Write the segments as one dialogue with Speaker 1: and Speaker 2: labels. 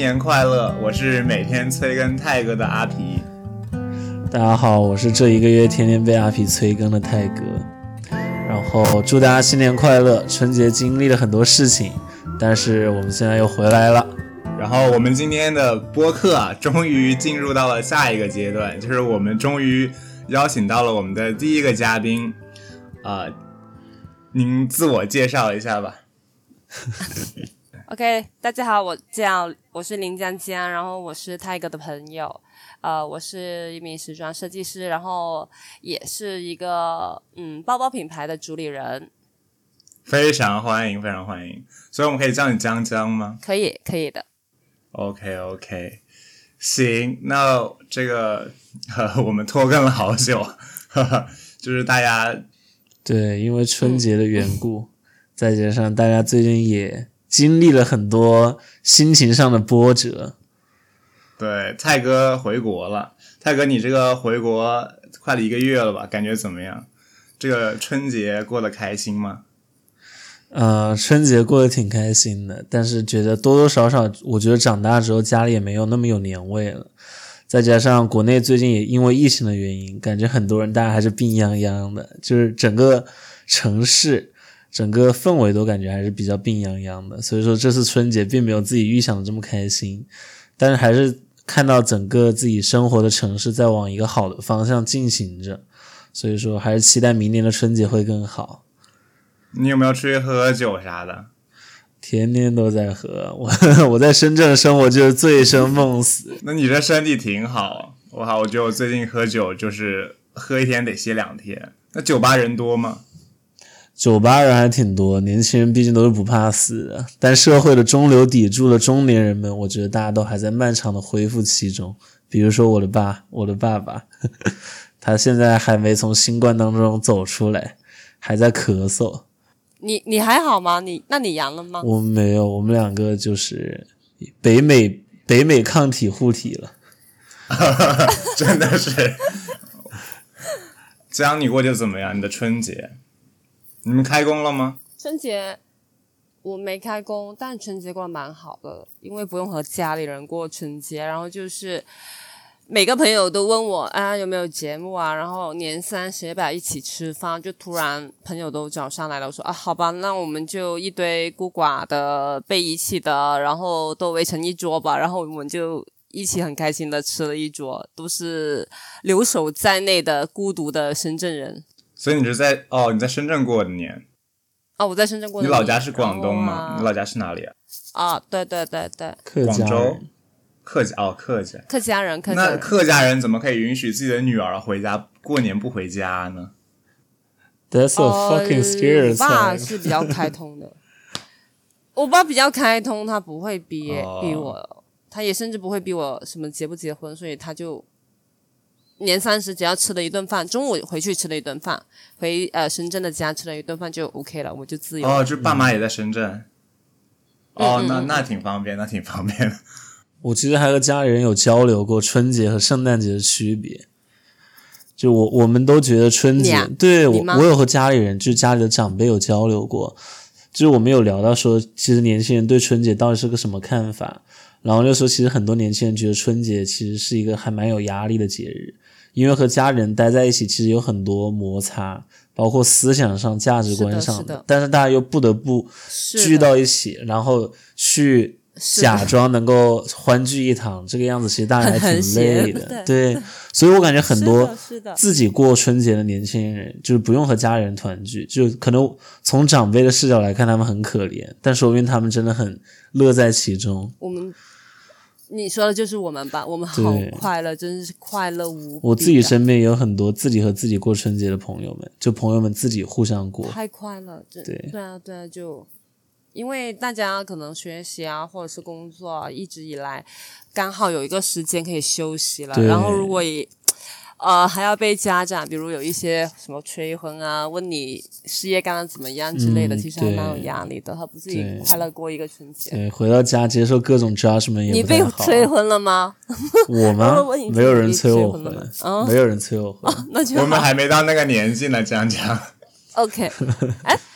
Speaker 1: 年快乐！我是每天催更泰哥的阿皮。
Speaker 2: 大家好，我是这一个月天天被阿皮催更的泰哥。然后祝大家新年快乐！春节经历了很多事情，但是我们现在又回来了。
Speaker 1: 然后我们今天的播客终于进入到了下一个阶段，就是我们终于邀请到了我们的第一个嘉宾。您自我介绍一下吧。
Speaker 3: OK， 大家好，我是林江江，然后我是泰哥的朋友，我是一名时装设计师，然后也是一个包包品牌的主理人。
Speaker 1: 非常欢迎，非常欢迎。所以我们可以叫你江江吗？
Speaker 3: 可以的。
Speaker 1: OK， 行，那这个我们拖更了好久，就是大家
Speaker 2: 对，因为春节的缘故，再加上大家最近也经历了很多心情上的波折。
Speaker 1: 对，泰哥回国了。泰哥，你这个回国快了1个月了吧？感觉怎么样？这个春节过得开心吗？
Speaker 2: 春节过得挺开心的，但是觉得多多少少，我觉得长大之后家里也没有那么有年味了。再加上国内最近也因为疫情的原因，感觉很多人大家还是病怏怏的，就是整个城市整个氛围都感觉还是比较病怏怏的，所以说这次春节并没有自己预想的这么开心，但是还是看到整个自己生活的城市在往一个好的方向进行着，所以说还是期待明年的春节会更好。
Speaker 1: 你有没有出去喝酒啥的？
Speaker 2: 天天都在喝，我在深圳的生活就是醉生梦死。
Speaker 1: 那你这身体挺好。我觉得我最近喝酒就是喝一天得歇2天。那酒吧人多吗？
Speaker 2: 酒吧人还挺多，年轻人毕竟都是不怕死的，但社会的中流砥柱的中年人们，我觉得大家都还在漫长的恢复期中。比如说我的爸爸他现在还没从新冠当中走出来，还在咳嗽。
Speaker 3: 你还好吗？那你阳了吗？
Speaker 2: 我们没有，我们两个就是北美抗体护体了。
Speaker 1: 真的是。江，你过得怎么样？你的春节你们开工了吗？
Speaker 3: 春节我没开工，但春节过得蛮好的，因为不用和家里人过春节，然后就是每个朋友都问我有没有节目啊，然后年30要不要一起吃饭，就突然朋友都找上来了，我说好吧，那我们就一堆孤寡的被遗弃的，然后都围成一桌吧，然后我们就一起很开心的吃了一桌，都是留守在内的孤独的深圳人。
Speaker 1: 所以你是你在深圳过的年？
Speaker 3: 我在深圳过的年。
Speaker 1: 你老家是广东吗？你老家是哪里啊？
Speaker 3: 对，
Speaker 2: 客家人。
Speaker 1: 客家人。那客家人怎么可以允许自己的女儿回家过年不回家呢？
Speaker 2: That's a fucking stereotype。
Speaker 3: 我爸是比较开通的。我爸比较开通，他不会逼我，他也甚至不会逼我什么结不结婚，所以他就年30只要吃了一顿饭，中午回去吃了一顿饭，回深圳的家吃了一顿饭就 OK 了，我就自由了。
Speaker 1: 就爸妈也在深圳。那挺方便，的。
Speaker 2: 我其实还和家里人有交流过春节和圣诞节的区别，就我们都觉得春节，对，我有和家里人，就是家里的长辈有交流过，就是我们有聊到说其实年轻人对春节到底是个什么看法，然后就说其实很多年轻人觉得春节其实是一个还蛮有压力的节日，因为和家人待在一起其实有很多摩擦，包括思想上价值观上的，但是大家又不得不聚到一起，然后去假装能够欢聚一堂，这个样子其实大家还挺累的。对，所以我感觉很多自己过春节的年轻人就是不用和家人团聚，就可能从长辈的视角来看他们很可怜，但说明他们真的很乐在其中。
Speaker 3: 你说的就是我们吧，我们好快乐，真是快乐无比。
Speaker 2: 我自己身边也有很多自己和自己过春节的朋友们，就朋友们自己互相过，
Speaker 3: 太快乐。对啊，就因为大家可能学习或者是工作一直以来刚好有一个时间可以休息了，然后如果还要被家长比如有一些什么催婚问你事业干得怎么样之类的，其实还蛮有压力的，他不自己快乐过一个春节。
Speaker 2: 对，回到家接受各种 judgment 也不太好。
Speaker 3: 你被催婚了吗？
Speaker 2: 我吗？没有人催我婚，没有人催我婚。
Speaker 3: 那就好。
Speaker 1: 我们还没到那个年纪呢，江江。
Speaker 3: OK。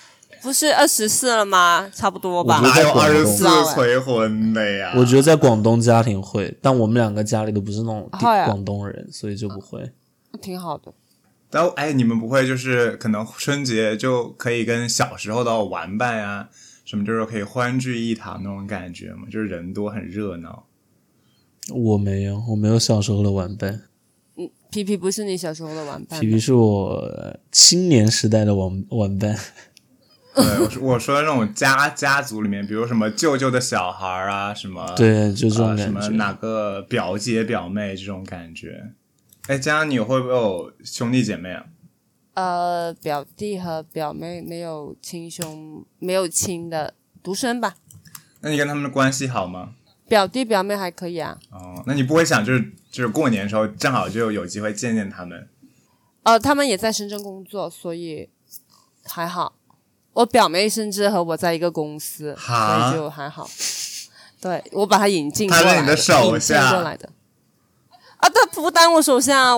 Speaker 3: 不是24了吗？差不多吧。
Speaker 1: 哪有24催婚的呀？
Speaker 2: 我觉得在广东家庭会，但我们2个家里都不是那种广东人，所以就不会。
Speaker 3: 挺好的。
Speaker 1: 但你们不会就是可能春节就可以跟小时候的玩伴呀，什么就是可以欢聚一堂那种感觉吗？就是人多很热闹。
Speaker 2: 我没有小时候的玩伴。
Speaker 3: 皮皮不是你小时候的玩伴，
Speaker 2: 皮皮是我青年时代的玩伴。
Speaker 1: 对，我说的那种家族里面，比如什么舅舅的小孩啊，什么
Speaker 2: 对，就这种感觉，
Speaker 1: 什么哪个表姐表妹这种感觉。哎，这样你会不会有兄弟姐妹啊？
Speaker 3: 表弟和表妹没有亲兄，没有亲的独生吧。
Speaker 1: 那你跟他们的关系好吗？
Speaker 3: 表弟表妹还可以啊。
Speaker 1: 哦，那你不会想就是过年的时候正好就有机会见见他们？
Speaker 3: 他们也在深圳工作，所以还好。我表妹甚至和我在一个公司，所以就还好。对，我把她引进过来的，
Speaker 1: 她是你的手下
Speaker 3: 引进过来的。啊，他不当我手下，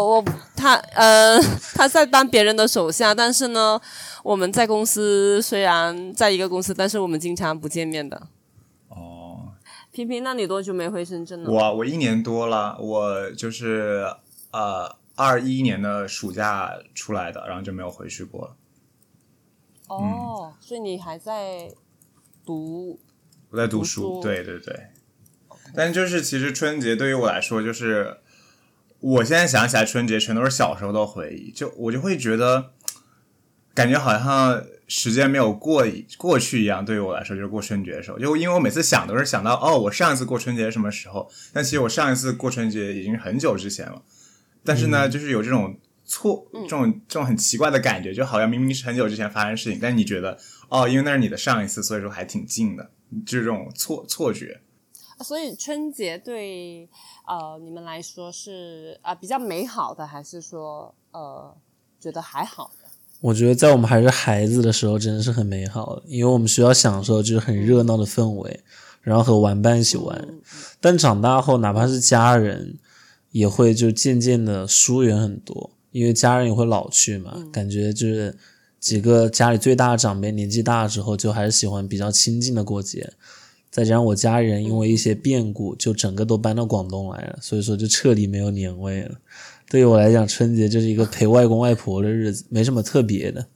Speaker 3: 他在当别人的手下，但是呢，我们在公司虽然在一个公司，但是我们经常不见面的。
Speaker 1: 哦，
Speaker 3: 平平，那你多久没回深圳了？
Speaker 1: 我1年多了，我就是21年的暑假出来的，然后就没有回去过了。
Speaker 3: 哦，所以你还在读？
Speaker 1: 我在读书，对对对。但就是其实春节对于我来说，就是我现在想起来春节全都是小时候的回忆，我就会觉得感觉好像时间没有过去一样。对于我来说，就是过春节的时候，就因为我每次想都是想到我上一次过春节是什么时候，但其实我上一次过春节已经很久之前了。但是呢，就是有这种这种很奇怪的感觉，就好像明明是很久之前发生的事情，但你觉得因为那是你的上一次，所以说还挺近的，就是这种错觉。
Speaker 3: 所以春节对你们来说是比较美好的，还是说觉得还好的？
Speaker 2: 我觉得在我们还是孩子的时候真的是很美好的，因为我们需要享受就是很热闹的氛围，然后和玩伴一起玩。但长大后哪怕是家人也会就渐渐的疏远很多，因为家人也会老去嘛，感觉就是几个家里最大的长辈年纪大了之后，就还是喜欢比较亲近的过节。再加上我家人因为一些变故，就整个都搬到广东来了，所以说就彻底没有年味了。对于我来讲，春节就是一个陪外公外婆的日子，没什么特别的。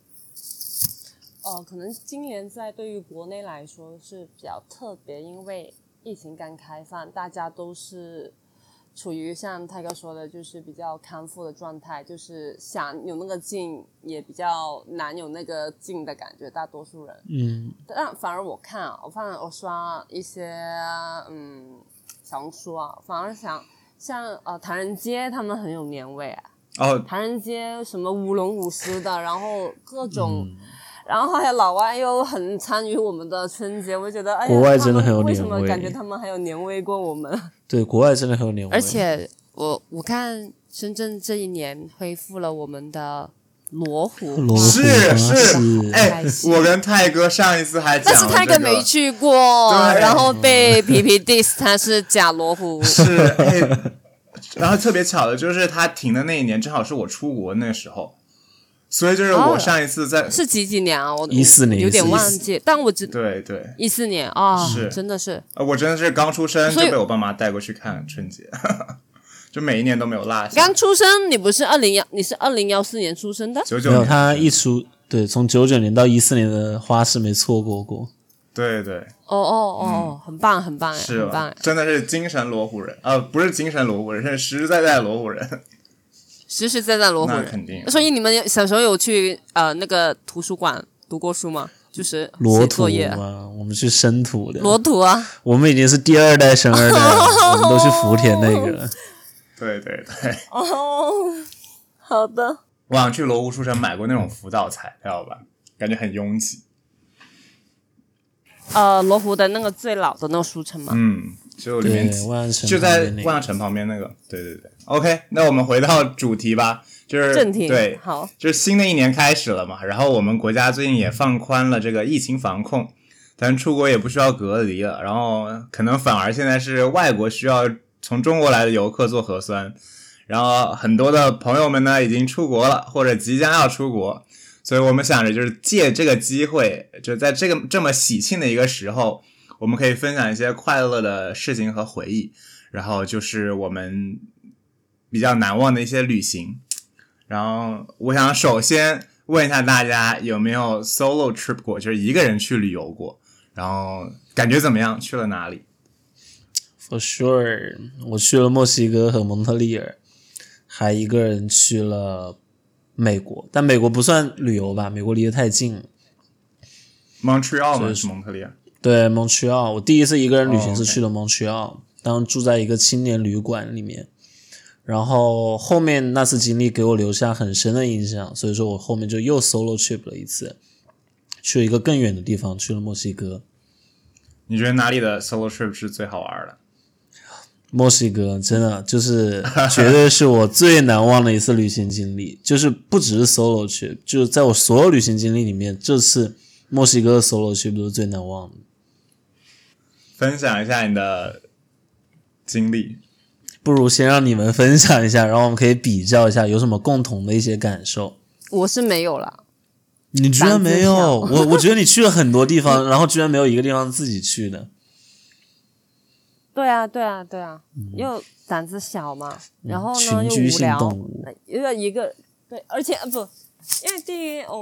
Speaker 3: 可能今年对于国内来说是比较特别，因为疫情刚开放，大家都是处于像泰哥说的，就是比较康复的状态，就是想有那个劲，也比较难有那个劲的感觉，大多数人。但反而我刷一些小红书啊，反而像唐人街他们很有年味啊。唐人街什么舞龙舞狮的，然后各种。然后还有老外又很参与我们的春节，我觉得
Speaker 2: 国外真的很有年味。
Speaker 3: 为什么感觉他们还有年味过我们？
Speaker 2: 对，国外真的很有年味。
Speaker 3: 而且我看深圳这一年恢复了我们的罗湖，
Speaker 1: 是，我跟泰哥上一次还讲，
Speaker 3: 但是泰哥没去过，然后被皮皮 diss 他是假罗湖。
Speaker 1: 是，然后特别巧的就是他停的那一年正好是我出国那个时候。所以就是我上一次
Speaker 3: 是几年啊？我
Speaker 2: 14年，
Speaker 3: 有点忘记，但我
Speaker 1: 对
Speaker 3: 14年啊，
Speaker 1: 是
Speaker 3: 真的是，
Speaker 1: 我真的是刚出生就被我爸妈带过去看春节，就每一年都没有落下。
Speaker 3: 刚出生，你是2014年出生的？
Speaker 1: 99年，
Speaker 2: 没有，他一出，对，从99年到14年的花式没错过。
Speaker 1: 对。
Speaker 3: 很棒，很棒，
Speaker 1: 是
Speaker 3: 很棒，
Speaker 1: 真的是精神罗湖人不是精神罗湖人，是实实在在的罗湖人。
Speaker 3: 实实在在罗湖人，
Speaker 1: 那肯定。
Speaker 3: 所以你们小时候有去那个图书馆读过书吗？就是
Speaker 2: 写
Speaker 3: 作业
Speaker 2: 啊，我们去生土的。
Speaker 3: 罗图啊，
Speaker 2: 我们已经是第2代生2代了，我们都去福田那个了。
Speaker 1: 对。
Speaker 3: 好的。
Speaker 1: 我想去罗湖书城买过那种辅导材料吧，感觉很拥挤。
Speaker 3: 罗湖的那个最老的那个书城嘛。
Speaker 1: 就里面就在万象城旁边那个，对。OK， 那我们回到主题吧，就是
Speaker 3: 正题。
Speaker 1: 对，
Speaker 3: 好，
Speaker 1: 就是新的一年开始了嘛，然后我们国家最近也放宽了这个疫情防控，咱出国也不需要隔离了，然后可能反而现在是外国需要从中国来的游客做核酸，然后很多的朋友们呢已经出国了或者即将要出国， 所以我们想着就是借这个机会，就在这么喜庆的一个时候，我们可以分享一些快乐的事情和回忆，然后就是我们比较难忘的一些旅行。然后我想首先问一下大家有没有 solo trip 过，就是一个人去旅游过，然后感觉怎么样？去了哪里？
Speaker 2: For sure， 我去了墨西哥和蒙特利尔，还一个人去了美国，但美国不算旅游吧，美国离得太近了。
Speaker 1: Montreal 吗？是蒙特利尔。
Speaker 2: 对 Montreal， 我第一次一个人旅行是去了 Montreal，当时住在一个青年旅馆里面。然后后面那次经历给我留下很深的印象，所以说我后面就又 solo trip 了一次，去了一个更远的地方，去了墨西哥。
Speaker 1: 你觉得哪里的 solo trip 是最好玩的？
Speaker 2: 墨西哥真的就是绝对是我最难忘的一次旅行经历，就是不只是 solo trip， 就是在我所有旅行经历里面，这次墨西哥的 solo trip 都是最难忘的。
Speaker 1: 分享一下你的经历。
Speaker 2: 不如先让你们分享一下，然后我们可以比较一下有什么共同的一些感受。
Speaker 3: 我是没有啦。
Speaker 2: 你居然没有？我觉得你去了很多地方，然后居然没有一个地方自己去的。
Speaker 3: 对啊，因为胆子小嘛，然后呢
Speaker 2: 群居性动
Speaker 3: 物，因为一个对，而且不，因为第一，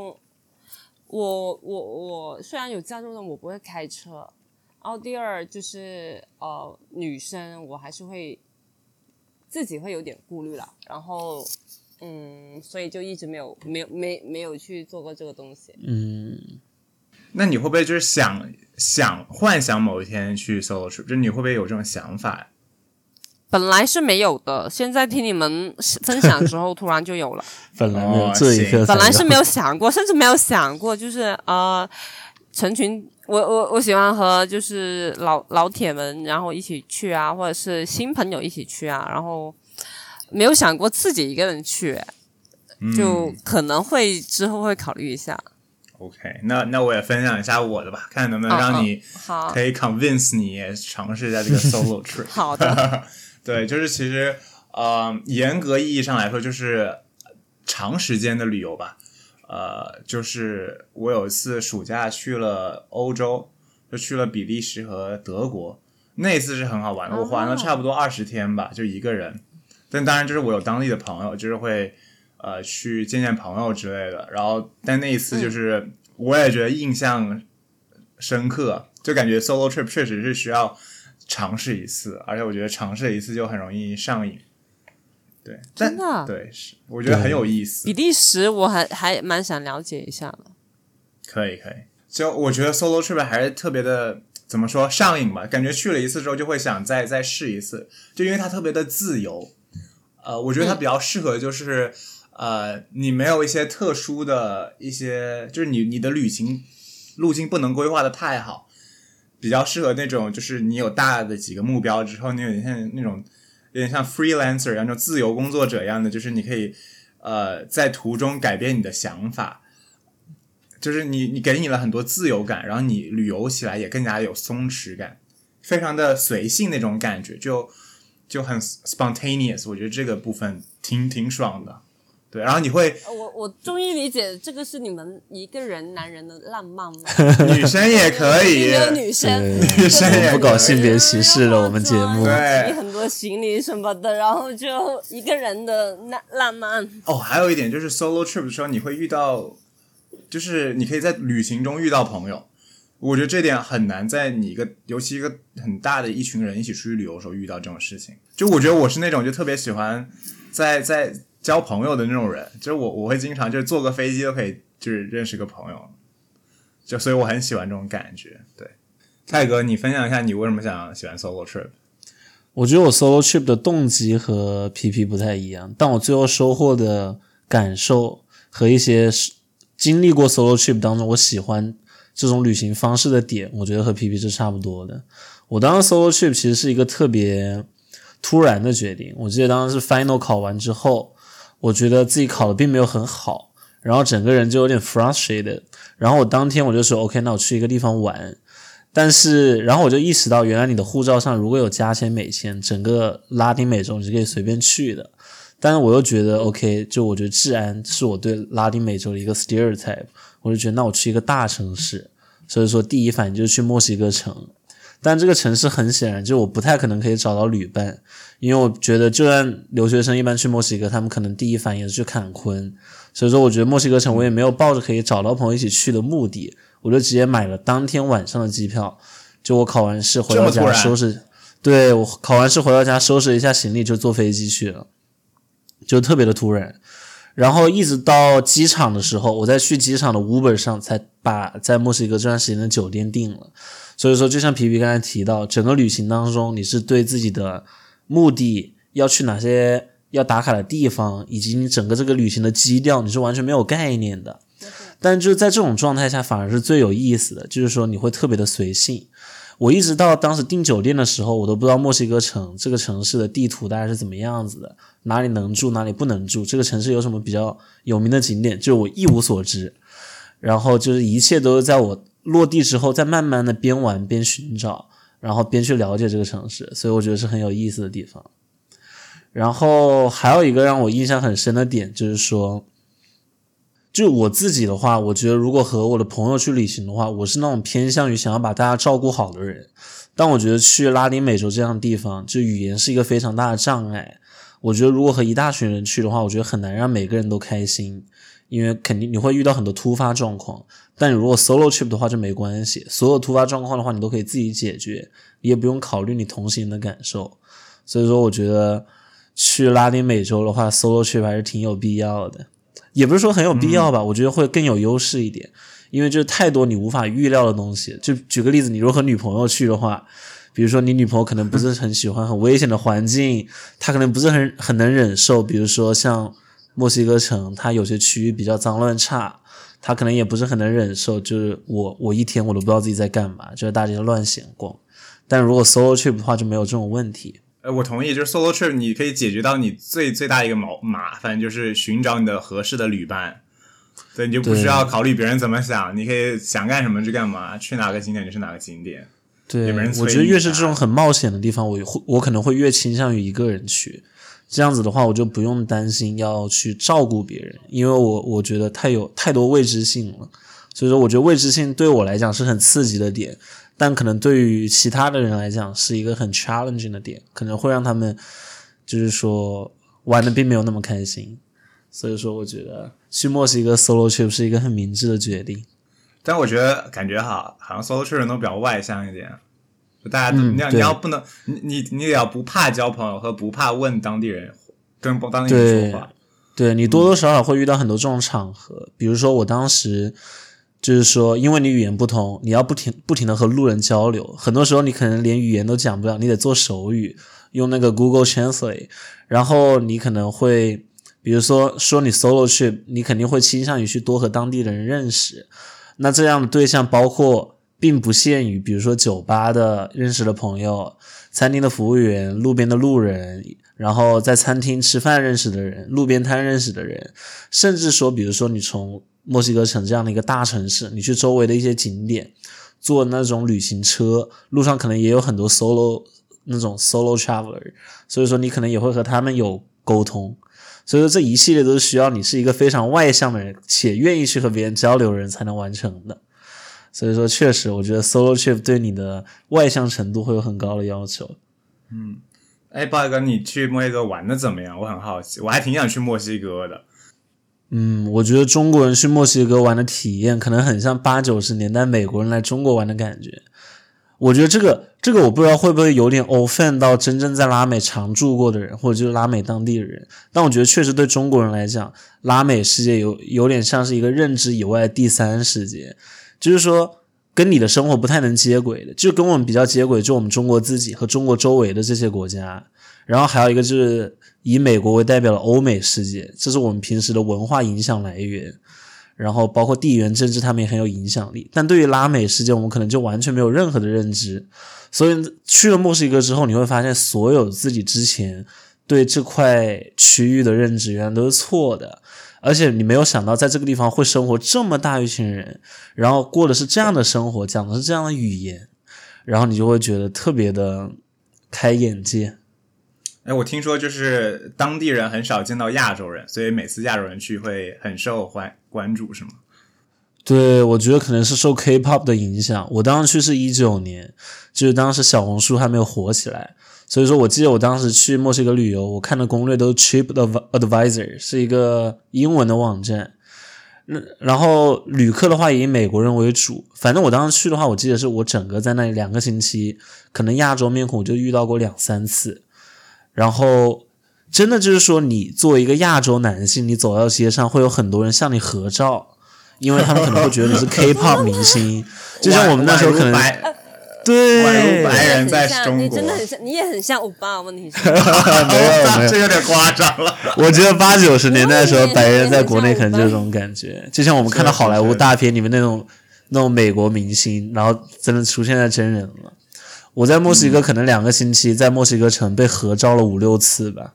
Speaker 3: 我虽然有驾照，但我不会开车。然后第二就是女生我还是会自己会有点顾虑啦，然后所以就一直没有去做过这个东西。
Speaker 1: 那你会不会就是想幻想某一天去 solo trip？ 就是你会不会有这种想法？
Speaker 3: 本来是没有的，现在听你们分享之后突然就有了。
Speaker 2: 本来没有这一刻，
Speaker 3: 本来是没有想过，甚至没有想过，就是成群，我喜欢和就是老铁们然后一起去啊，或者是新朋友一起去啊，然后没有想过自己一个人去，就可能会之后会考虑一下。
Speaker 1: OK， 那我也分享一下我的吧，看能不能让你可以 convince 你也尝试一下这个 solo trip。
Speaker 3: 好的。
Speaker 1: 对，就是其实严格意义上来说就是长时间的旅游吧。就是我有一次暑假去了欧洲，就去了比利时和德国，那一次是很好玩的，我玩了差不多20天吧，就一个人。但当然就是我有当地的朋友，就是会去见见朋友之类的，然后但那一次就是我也觉得印象深刻，就感觉 solo trip 确实是需要尝试一次，而且我觉得尝试一次就很容易上瘾。对，
Speaker 3: 真的
Speaker 1: 对，是我觉得很有意思。
Speaker 3: 比利时我还蛮想了解一下的。
Speaker 1: 可以，就我觉得 solo trip 还是特别的怎么说上瘾吧，感觉去了一次之后就会想再试一次，就因为它特别的自由。我觉得它比较适合就是你没有一些特殊的一些，就是你的旅行路径不能规划的太好，比较适合那种就是你有大的几个目标之后，你有点像那种有点像 freelancer 一样，那种自由工作者一样的，就是你可以在途中改变你的想法，就是你给你了很多自由感，然后你旅游起来也更加有松弛感，非常的随性那种感觉，就很 spontaneous， 我觉得这个部分挺爽的。对，然后你会
Speaker 3: 我终于理解这个是你们一个人男人的浪漫吗？
Speaker 1: 女生也可以，
Speaker 3: 没有女生
Speaker 2: 不搞性别歧视了，我们节目
Speaker 1: 对
Speaker 3: 很多行李什么的，然后就一个人的浪漫。
Speaker 1: 还有一点就是 solo trip 的时候你会遇到，就是你可以在旅行中遇到朋友，我觉得这点很难在你尤其一个很大的一群人一起出去旅游的时候遇到这种事情。就我觉得我是那种就特别喜欢在交朋友的那种人，就是我会经常就是坐个飞机都可以就是认识个朋友，就所以我很喜欢这种感觉。对，泰哥，你分享一下你为什么喜欢 solo trip？
Speaker 2: 我觉得我 solo trip 的动机和皮皮不太一样，但我最后收获的感受和一些经历过 solo trip 当中我喜欢这种旅行方式的点，我觉得和皮皮是差不多的。我当时 solo trip 其实是一个特别突然的决定，我记得当时是 final 考完之后，我觉得自己考的并没有很好，然后整个人就有点 frustrated， 然后我当天我就说 OK， 那我去一个地方玩。但是然后我就意识到原来你的护照上如果有加签美签，整个拉丁美洲你是可以随便去的， 但是我又觉得 OK， 就我觉得治安是我对拉丁美洲的一个 stereotype， 我就觉得那我去一个大城市，所以说第一反应就是去墨西哥城。但这个城市很显然就我不太可能可以找到旅伴，因为我觉得就算留学生一般去墨西哥，他们可能第一反应是去坎昆，所以说我觉得墨西哥城我也没有抱着可以找到朋友一起去的目的，我就直接买了当天晚上的机票，就我考完试回到家收拾，对，我考完试回到家收拾一下行李就坐飞机去了，就特别的突然。然后一直到机场的时候，我在去机场的 Uber 上才把在墨西哥这段时间的酒店订了。所以说就像皮皮刚才提到，整个旅行当中你是对自己的目的要去哪些要打卡的地方以及你整个这个旅行的基调你是完全没有概念的，但就是在这种状态下反而是最有意思的，就是说你会特别的随性。我一直到当时订酒店的时候，我都不知道墨西哥城这个城市的地图大概是怎么样子的，哪里能住哪里不能住，这个城市有什么比较有名的景点，就是我一无所知。然后就是一切都是在我落地之后再慢慢的边玩边寻找，然后边去了解这个城市，所以我觉得是很有意思的地方。然后还有一个让我印象很深的点就是说，就我自己的话，我觉得如果和我的朋友去旅行的话，我是那种偏向于想要把大家照顾好的人，但我觉得去拉丁美洲这样的地方，就语言是一个非常大的障碍。我觉得如果和一大群人去的话，我觉得很难让每个人都开心，因为肯定你会遇到很多突发状况。但你如果 solo trip 的话就没关系，所有突发状况的话你都可以自己解决，你也不用考虑你同行人的感受。所以说我觉得去拉丁美洲的话 solo trip 还是挺有必要的，也不是说很有必要吧，我觉得会更有优势一点，因为就是太多你无法预料的东西。就举个例子，你如果和女朋友去的话，比如说你女朋友可能不是很喜欢很危险的环境，她可能不是很能忍受，比如说像墨西哥城它有些区域比较脏乱差，她可能也不是很能忍受，就是我一天我都不知道自己在干嘛，就是大街乱闲逛。但如果 solo trip 的话就没有这种问题。
Speaker 1: 我同意，就是 solo trip 你可以解决到你最大一个麻烦，就是寻找你的合适的旅伴。对，你就不需要考虑别人怎么想，你可以想干什么就干嘛，去哪个景点就去哪个景点。
Speaker 2: 对，我觉得越是这种很冒险的地方，我可能会越倾向于一个人去。这样子的话，我就不用担心要去照顾别人，因为我觉得太多未知性了。所以说，我觉得未知性对我来讲是很刺激的点，但可能对于其他的人来讲是一个很 challenging 的点，可能会让他们就是说玩的并没有那么开心。所以说，我觉得去墨西哥 solo trip 是一个很明智的决定。
Speaker 1: 但我觉得感觉好像 solo trip 人都比较外向一点，就大家都、你要不能你也要不怕交朋友和不怕问当地人跟当地人说话。
Speaker 2: 对，你多多少少会遇到很多这种场合，比如说我当时就是说，因为你语言不通，你要不停的和路人交流，很多时候你可能连语言都讲不了，你得做手语，用那个 Google Translate， 然后你可能会比如说你 solo trip， 你肯定会倾向于去多和当地人认识。那这样的对象包括并不限于比如说酒吧的认识的朋友，餐厅的服务员，路边的路人，然后在餐厅吃饭认识的人，路边摊认识的人，甚至说比如说你从墨西哥城这样的一个大城市，你去周围的一些景点坐那种旅行车，路上可能也有很多 solo traveler， 所以说你可能也会和他们有沟通。所以说这一系列都是需要你是一个非常外向的人且愿意去和别人交流的人才能完成的。所以说确实我觉得 solo trip 对你的外向程度会有很高的要求。
Speaker 1: 鲍哥，你去墨西哥玩的怎么样？我很好奇，我还挺想去墨西哥的。
Speaker 2: 我觉得中国人去墨西哥玩的体验可能很像80-90年代美国人来中国玩的感觉。我觉得这个我不知道会不会有点 offend 到真正在拉美常住过的人，或者就是拉美当地的人，但我觉得确实对中国人来讲，拉美世界有点像是一个认知以外的第三世界，就是说跟你的生活不太能接轨的，就跟我们比较接轨就我们中国自己和中国周围的这些国家。然后还有一个就是以美国为代表的欧美世界，这是我们平时的文化影响来源，然后包括地缘政治他们也很有影响力。但对于拉美世界我们可能就完全没有任何的认知，所以去了墨西哥之后，你会发现所有自己之前对这块区域的认知原来都是错的，而且你没有想到在这个地方会生活这么大一群人，然后过的是这样的生活，讲的是这样的语言，然后你就会觉得特别的开眼界。
Speaker 1: 哎，我听说就是当地人很少见到亚洲人，所以每次亚洲人去会很受关注，是吗？
Speaker 2: 对，我觉得可能是受 K-pop 的影响。我当时去是19年，就是当时小红书还没有火起来，所以说我记得我当时去墨西哥旅游，我看的攻略都是 TripAdvisor， 是一个英文的网站。然后旅客的话以美国人为主，反正我当时去的话，我记得是我整个在那里2个星期，可能亚洲面孔我就遇到过2-3次。然后真的就是说，你作为一个亚洲男性，你走到街上会有很多人向你合照，因为他们可能会觉得你是 K-pop 明星，就像我们那时候可能对，
Speaker 1: 宛如白人在中国，
Speaker 3: 你真的很像，你也很像欧巴。问题是
Speaker 2: 没有，
Speaker 1: 这有点夸张了。
Speaker 2: 我觉得80-90年代的时候，白人在国内可能就这种感觉，就像我们看到好莱坞大片里面那种美国明星，然后真的出现在真人了。我在墨西哥可能2个星期，在墨西哥城被合照了5-6次吧。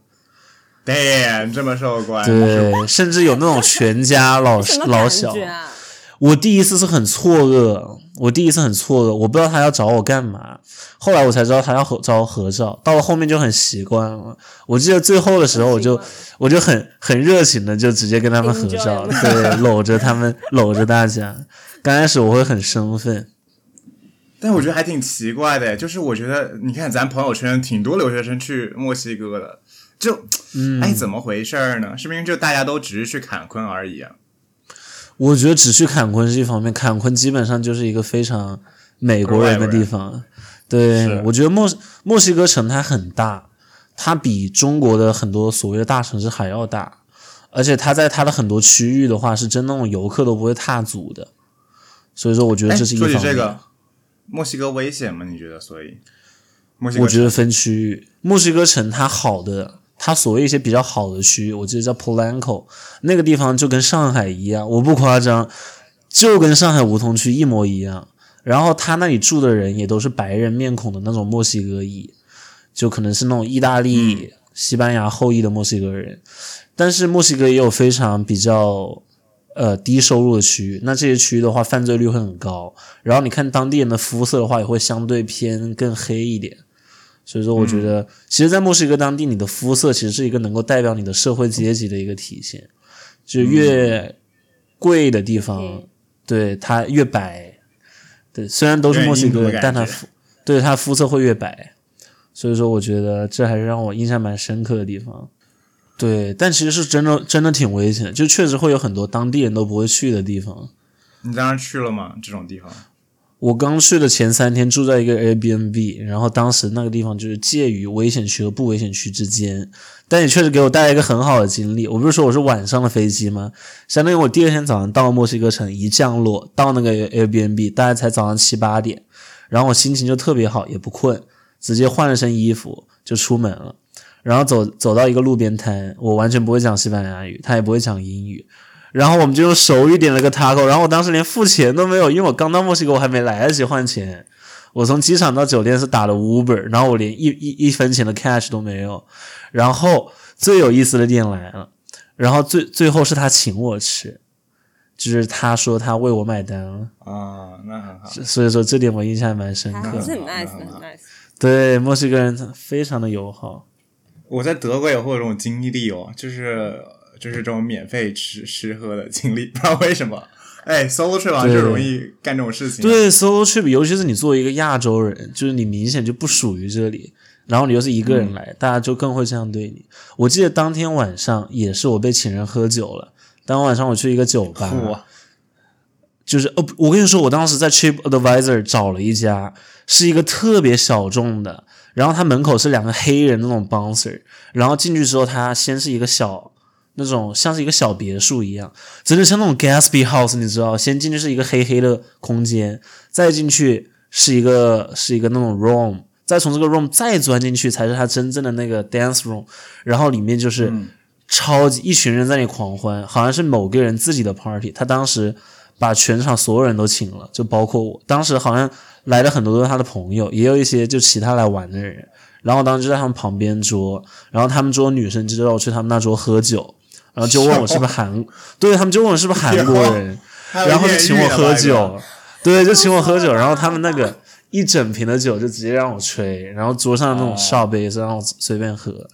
Speaker 1: damn， 这么受关注。
Speaker 2: 对，甚至有那种全家老小。我第一次是很错愕，我不知道他要找我干嘛。后来我才知道他要找我合照，到了后面就很习惯了。我记得最后的时候，我就很热情的就直接跟他们合照，对，搂着他们，搂着大家。刚开始我会很生分。
Speaker 1: 但我觉得还挺奇怪的，就是我觉得你看咱朋友圈挺多留学生去墨西哥的，就怎么回事呢？是不是就大家都只是去坎昆而已啊？
Speaker 2: 我觉得只去坎昆是一方面，坎昆基本上就是一个非常美国人的地方。对，我觉得墨西哥城它很大，它比中国的很多所谓的大城市还要大，而且它在它的很多区域的话是真那种游客都不会踏足的，所以说我觉得这是一方面。
Speaker 1: 说起这个，墨西哥危险吗？你觉得？所以
Speaker 2: 我觉得分区域，墨西哥城它所谓一些比较好的区域，我记得叫 Polanco， 那个地方就跟上海一样，我不夸张，就跟上海梧桐区一模一样。然后他那里住的人也都是白人面孔的那种墨西哥裔，就可能是那种意大利、西班牙后裔的墨西哥人。但是墨西哥也有非常比较低收入的区域，那这些区域的话犯罪率会很高，然后你看当地人的肤色的话也会相对偏更黑一点。所以说我觉得其实在墨西哥当地，你的肤色其实是一个能够代表你的社会阶级的一个体现，就越贵的地方对它越白，对，虽然都是墨西哥人，但它肤色会越白。所以说我觉得这还是让我印象蛮深刻的地方。对，但其实是真的挺危险的，就确实会有很多当地人都不会去的地方。
Speaker 1: 你当时去了吗？这种地方？
Speaker 2: 我刚去的前3天住在一个 Airbnb， 然后当时那个地方就是介于危险区和不危险区之间，但也确实给我带来一个很好的经历。我不是说我是晚上的飞机吗？相当于我第2天早上到墨西哥城，一降落到那个 Airbnb 大概才早上7-8点，然后我心情就特别好，也不困，直接换了身衣服就出门了。然后走到一个路边摊，我完全不会讲西班牙语，他也不会讲英语，然后我们就用手语点了个 taco， 然后我当时连付钱都没有，因为我刚到墨西哥，我还没来得及换钱。我从机场到酒店是打的 Uber， 然后我连一分钱的 cash 都没有。然后最有意思的点来了，然后最后是他请我吃，就是他说他为我买单了
Speaker 1: 啊，那很好。
Speaker 2: 所以说这点我印象蛮深刻，
Speaker 3: 还是很 nice 很 nice。
Speaker 2: 对，墨西哥人非常的友好。
Speaker 1: 我在德国也会有这种经历哦，就是这种免费吃喝的经历，不知道为什么。solo trip 就容易干这种事情。
Speaker 2: 对 ，solo trip， 尤其是你作为一个亚洲人，就是你明显就不属于这里，然后你又是一个人来，大家就更会这样对你。我记得当天晚上也是我被请人喝酒了，当晚上我去一个酒吧，就是我跟你说，我当时在 TripAdvisor 找了一家，是一个特别小众的，然后他门口是2个黑人那种 bouncer， 然后进去之后，他先是一个那种像是一个小别墅一样，真的像那种 Gatsby House， 你知道，先进去是一个黑黑的空间，再进去是一个那种 room， 再从这个 room 再钻进去才是他真正的那个 dance room， 然后里面就是超级一群人在那里狂欢，好像是某个人自己的 party， 他当时把全场所有人都请了，就包括我，当时好像来了很多都是他的朋友，也有一些就其他来玩的人，然后当时就在他们旁边桌，然后他们桌女生就让我去他们那桌喝酒，然后就问我是不是对，他们就问我是不是韩国人，然后就请我喝酒，对，就请我喝酒，然后他们那个一整瓶的酒就直接让我吹，然后桌上的那种哨杯也是让我随便喝，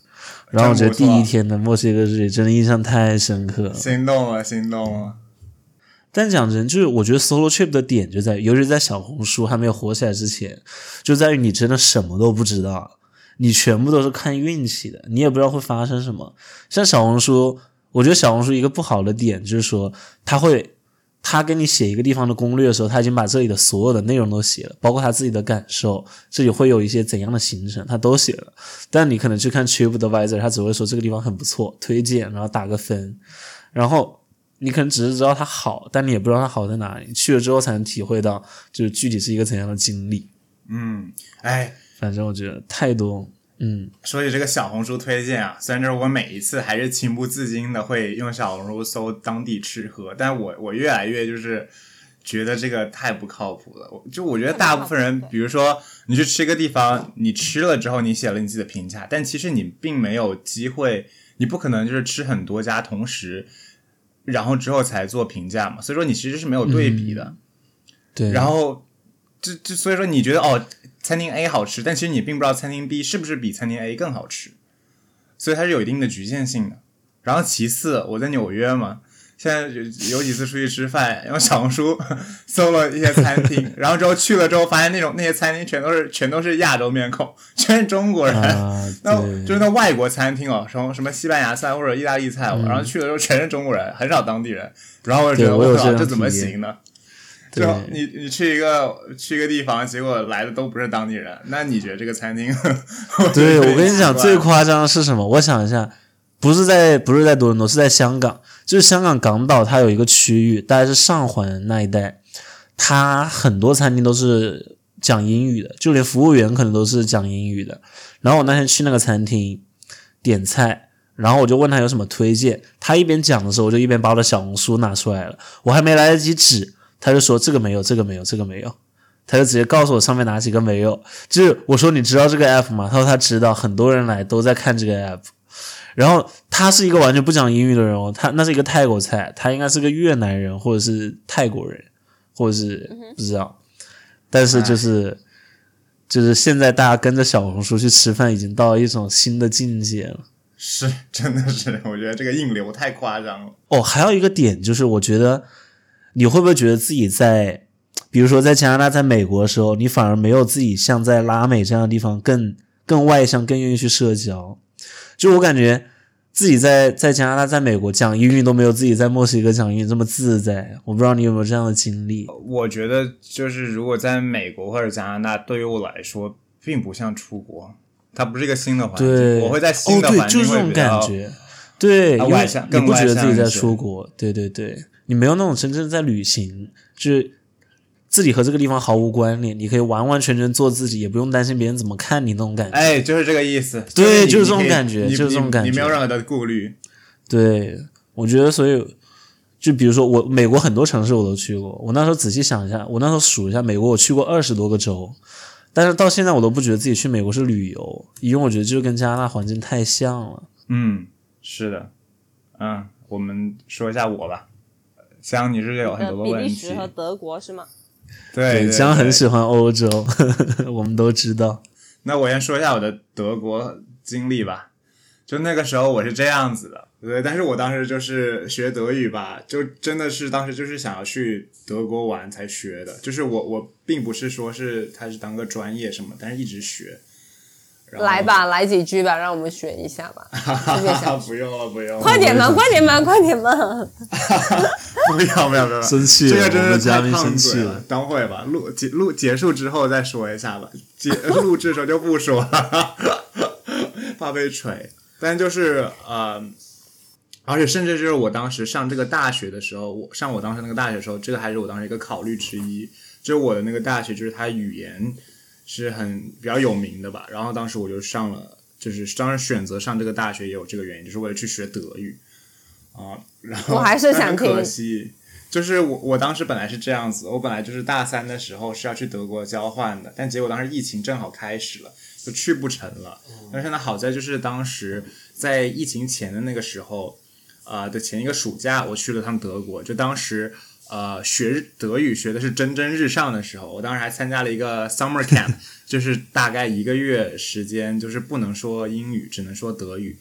Speaker 2: 然后我觉得第一天的墨西哥之旅真的印象太深刻了，
Speaker 1: 心动了。
Speaker 2: 但讲真，就是我觉得 solo trip 的点就在于，尤其在小红书还没有火起来之前，就在于你真的什么都不知道，你全部都是看运气的，你也不知道会发生什么。像小红书，我觉得小红书一个不好的点就是说，他给你写一个地方的攻略的时候，他已经把这里的所有的内容都写了，包括他自己的感受，这里会有一些怎样的行程，他都写了。但你可能去看 TripAdvisor， 他只会说这个地方很不错，推荐，然后打个分，然后你可能只是知道它好，但你也不知道它好在哪里，去了之后才能体会到就是具体是一个怎样的经历。反正我觉得太多。
Speaker 1: 说起这个小红书推荐啊，虽然就是我每一次还是情不自禁的会用小红书搜当地吃喝，但我越来越就是觉得这个太不靠谱了。我觉得大部分人，比如说你去吃一个地方，你吃了之后你写了你自己的评价，但其实你并没有机会，你不可能就是吃很多家同时然后之后才做评价嘛，所以说你其实是没有对比的。
Speaker 2: 对，
Speaker 1: 然后所以说你觉得餐厅 A 好吃，但其实你并不知道餐厅 B 是不是比餐厅 A 更好吃，所以它是有一定的局限性的。然后其次，我在纽约嘛，现在有几次出去吃饭，用小红书搜了一些餐厅，然后之后去了之后发现那些餐厅全都是亚洲面孔，全是中国人，就是那外国餐厅什么西班牙菜或者意大利菜，然后去了之后全是中国人，很少当地人，然后我就觉得这怎么行呢？就你去一个地方，结果来的都不是当地人，那你觉得这个餐厅？
Speaker 2: 对，我跟你讲，最夸张的是什么？我想一下，不是在多伦多，是在香港，就是香港港岛，它有一个区域，大概是上环那一带，它很多餐厅都是讲英语的，就连服务员可能都是讲英语的。然后我那天去那个餐厅点菜，然后我就问他有什么推荐，他一边讲的时候，我就一边把我的小红书拿出来了，我还没来得及指。他就说这个没有，他就直接告诉我上面哪几个没有。就是我说你知道这个 app 吗？他说他知道，很多人来都在看这个 app。然后他是一个完全不讲英语的人他那是一个泰国菜，他应该是个越南人或者是泰国人，或者是不知道。但是就是现在大家跟着小红书去吃饭，已经到了一种新的境界了。
Speaker 1: 是，真的是，我觉得这个引流太夸张了。
Speaker 2: 还有一个点就是，我觉得。你会不会觉得自己比如说在加拿大、在美国的时候，你反而没有自己像在拉美这样的地方更外向、更愿意去社交？就我感觉自己在加拿大、在美国讲英语都没有自己在墨西哥讲英语这么自在。我不知道你有没有这样的经历？
Speaker 1: 我觉得就是如果在美国或者加拿大，对于我来说并不像出国，它不是一个新的环境，我会在新的环境
Speaker 2: 对，就是这种感觉。对，因为你不觉得自己在出国，对，你没有那种真正在旅行，就是自己和这个地方毫无关联，你可以完完全全做自己，也不用担心别人怎么看你那种感觉。
Speaker 1: 就是这个意思。
Speaker 2: 对，就是这种感觉，就是这种感觉。
Speaker 1: 你没有任何的顾虑。
Speaker 2: 对，我觉得所以就比如说我美国很多城市我都去过，我那时候仔细想一下，我那时候数一下美国我去过20多个州，但是到现在我都不觉得自己去美国是旅游，因为我觉得就是跟加拿大环境太像了。
Speaker 1: 是的。我们说一下我吧。香，你是有很多的问题。
Speaker 3: 比利时和德国是吗？
Speaker 1: 对，
Speaker 2: 香很喜欢欧洲，我们都知道。
Speaker 1: 那我先说一下我的德国经历吧。就那个时候我是这样子的，对，但是我当时就是学德语吧，就真的是当时就是想要去德国玩才学的，就是我并不是说是它是当个专业什么，但是一直学。
Speaker 3: 来吧，来几句吧，让我们学一下吧。
Speaker 1: 不用了，
Speaker 3: 快点嘛！
Speaker 1: 不要，
Speaker 2: 生气了，
Speaker 1: 这个真的
Speaker 2: 嘉
Speaker 1: 宾
Speaker 2: 生气
Speaker 1: 了。等会吧，录结束之后再说一下吧。录制的时候就不说了，怕被锤。但就是而且甚至就是我当时上这个大学的时候，我当时那个大学的时候，这个还是我当时一个考虑之一。就是我的那个大学，就是它语言是比较有名的吧，然后当时我就上了，就是当时选择上这个大学也有这个原因，就是为了去学德语然后
Speaker 3: 我还是想听，
Speaker 1: 很可惜，就是我当时本来是这样子，我本来就是大3的时候是要去德国交换的，但结果当时疫情正好开始了，就去不成了。但是呢，好在就是当时在疫情前的那个时候的前一个暑假，我去了趟德国，就当时学德语学的是蒸蒸日上的时候，我当时还参加了一个 summer camp 就是大概1个月时间，就是不能说英语，只能说德语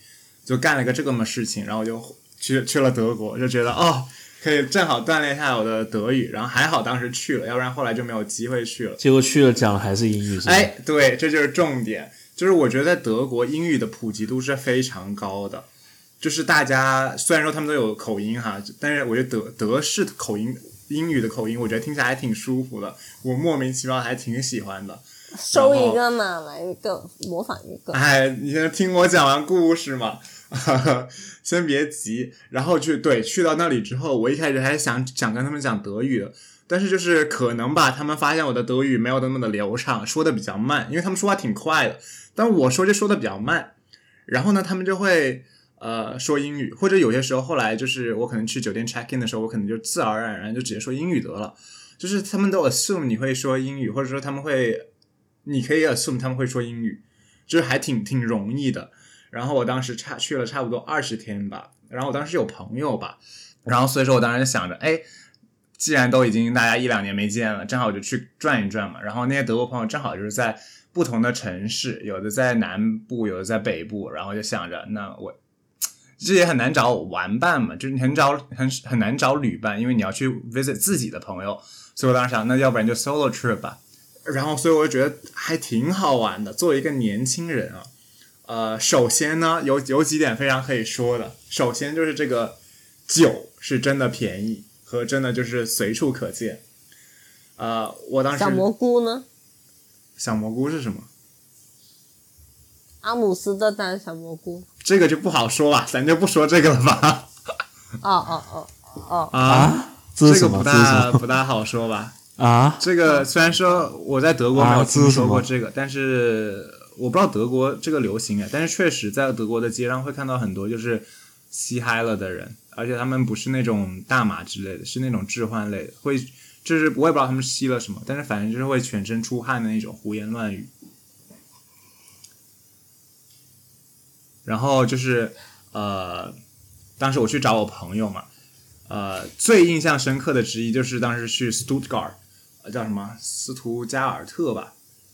Speaker 1: 就干了个这么事情，然后就去了德国，就觉得可以正好锻炼一下我的德语，然后还好当时去了，要不然后来就没有机会去了。
Speaker 2: 结果去了讲的还是英语是吧？
Speaker 1: 对，这就是重点，就是我觉得在德国英语的普及度是非常高的，就是大家虽然说他们都有口音哈，但是我觉得德式口音英语的口音，我觉得听起来还挺舒服的，我莫名其妙还挺喜欢的。
Speaker 3: 收一个嘛，来一个模仿一个。
Speaker 1: 你先听我讲完故事嘛。先别急，然后去到那里之后，我一开始还想跟他们讲德语的，但是就是可能吧，他们发现我的德语没有那么的流畅，说的比较慢，因为他们说话挺快的，但我说的比较慢，然后呢，他们就会说英语，或者有些时候后来就是我可能去酒店 check in 的时候，我可能就自然而然就直接说英语得了，就是他们都 assume 你会说英语，或者说你可以 assume 他们会说英语，就是还挺容易的。然后我当时去了差不多20天吧，然后我当时有朋友吧，然后所以说我当时想着，既然都已经大家1-2年没见了，正好我就去转一转嘛。然后那些德国朋友正好就是在不同的城市，有的在南部，有的在北部，然后就想着，那我这也很难找玩伴嘛，就是很难找旅伴，因为你要去 visit 自己的朋友，所以我当时想，那要不然就 solo trip 吧。然后所以我就觉得还挺好玩的，作为一个年轻人啊。首先呢，有几点非常可以说的。首先就是这个酒是真的便宜，和真的就是随处可见。我当时
Speaker 3: 小蘑菇呢？
Speaker 1: 小蘑菇是什么？
Speaker 3: 阿姆斯特丹小蘑菇。
Speaker 1: 这个就不好说吧，咱就不说这个了吧。这个不大好说吧。这个虽然说我在德国没有听说过这个，但是我不知道德国这个流行但是确实在德国的街上会看到很多就是吸嗨了的人，而且他们不是那种大麻之类的，是那种致幻类的，就是我也不知道他们吸了什么，但是反正就是会全身出汗的那种胡言乱语。然后就是当时我去找我朋友嘛，最印象深刻的之一就是当时去 Stuttgart， 叫什么斯图加尔特吧，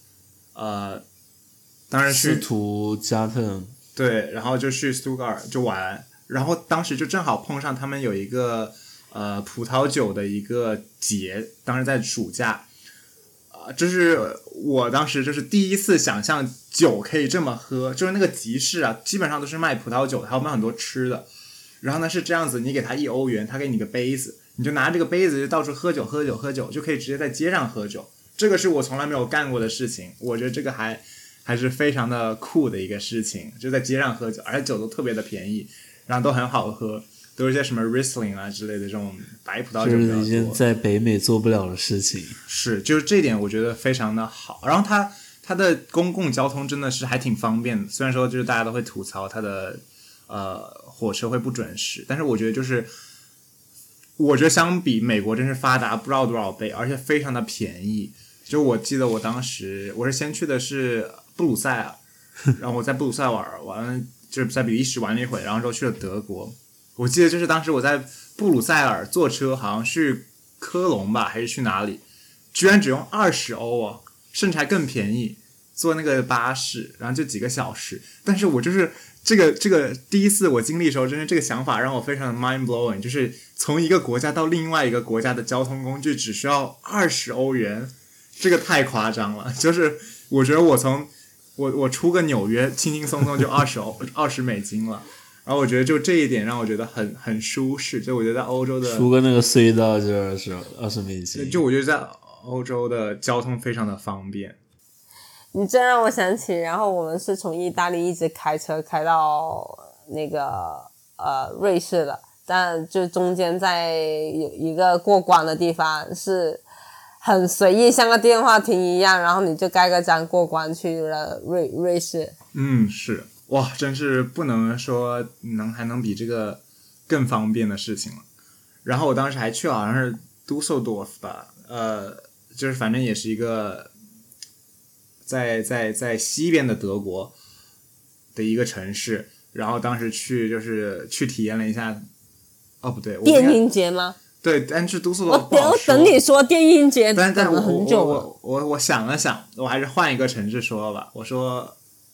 Speaker 1: 当时去
Speaker 2: 斯图加特，
Speaker 1: 对，然后就去 Stuttgart 就玩，然后当时就正好碰上他们有一个葡萄酒的一个节，当时在暑假，这是我当时就是第一次想象酒可以这么喝，就是那个集市啊，基本上都是卖葡萄酒的，还有卖很多吃的。然后呢是这样子，你给他1欧元，他给你个杯子，你就拿这个杯子就到处喝酒，就可以直接在街上喝酒。这个是我从来没有干过的事情，我觉得这个还是非常的酷的一个事情，就在街上喝酒，而且酒都特别的便宜，然后都很好喝，都是一些什么 Riesling 啊之类的这种白葡萄酒比较多，
Speaker 2: 就是一件在北美做不了的事情。
Speaker 1: 是，就是这点我觉得非常的好。然后它的公共交通真的是还挺方便的，虽然说就是大家都会吐槽它的火车会不准时，但是我觉得相比美国真是发达不知道多少倍，而且非常的便宜。就我记得我当时我是先去的是布鲁塞尔，然后我在布鲁塞尔玩，就是在比利时玩了一会，然后之后去了德国。我记得就是当时我在布鲁塞尔坐车，好像去科隆吧，还是去哪里，居然只用20欧啊，甚至还更便宜。坐那个巴士，然后就几个小时。但是我就是这个第一次我经历的时候，真是这个想法让我非常的 mind blowing， 就是从一个国家到另外一个国家的交通工具只需要20欧元，这个太夸张了。就是我觉得我出个纽约，轻轻松松就20美金了。然后我觉得就这一点让我觉得很舒适，就我觉得在欧洲的
Speaker 2: 出个那个隧道就20美金，
Speaker 1: 就我觉得在欧洲的交通非常的方便。
Speaker 3: 你这让我想起，然后我们是从意大利一直开车开到那个瑞士的，但就中间在有一个过关的地方是很随意，像个电话亭一样，然后你就盖个章过关去了瑞士。
Speaker 1: 是哇，真是不能说还能比这个更方便的事情了。然后我当时还去好像是 Düsseldorf 吧，就是反正也是一个在西边的德国的一个城市，然后当时就是去体验了一下，不对，
Speaker 3: 电音节吗？
Speaker 1: 对，但是都市我
Speaker 3: 等你说电音节，
Speaker 1: 但
Speaker 3: 等了很久了。
Speaker 1: 我想了想，我还是换一个城市说吧。我说